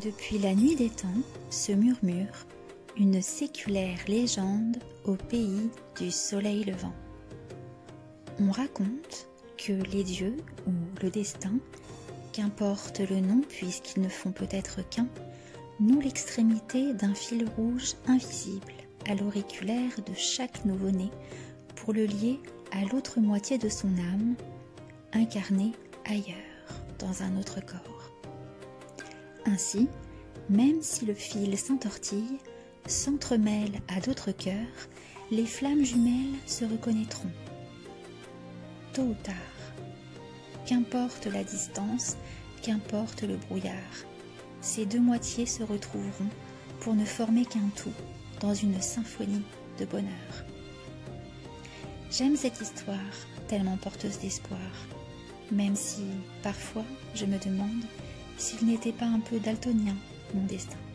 Depuis la nuit des temps se murmure une séculaire légende au pays du soleil levant. On raconte que les dieux ou le destin, qu'importe le nom puisqu'ils ne font peut-être qu'un, nouent l'extrémité d'un fil rouge invisible à l'auriculaire de chaque nouveau-né pour le lier à l'autre moitié de son âme, incarnée ailleurs, dans un autre corps. Ainsi, même si le fil s'entortille, s'entremêle à d'autres cœurs, les flammes jumelles se reconnaîtront. Tôt ou tard, qu'importe la distance, qu'importe le brouillard, ces deux moitiés se retrouveront pour ne former qu'un tout dans une symphonie de bonheur. J'aime cette histoire, tellement porteuse d'espoir, même si, parfois, je me demande s'il n'était pas un peu daltonien, mon destin.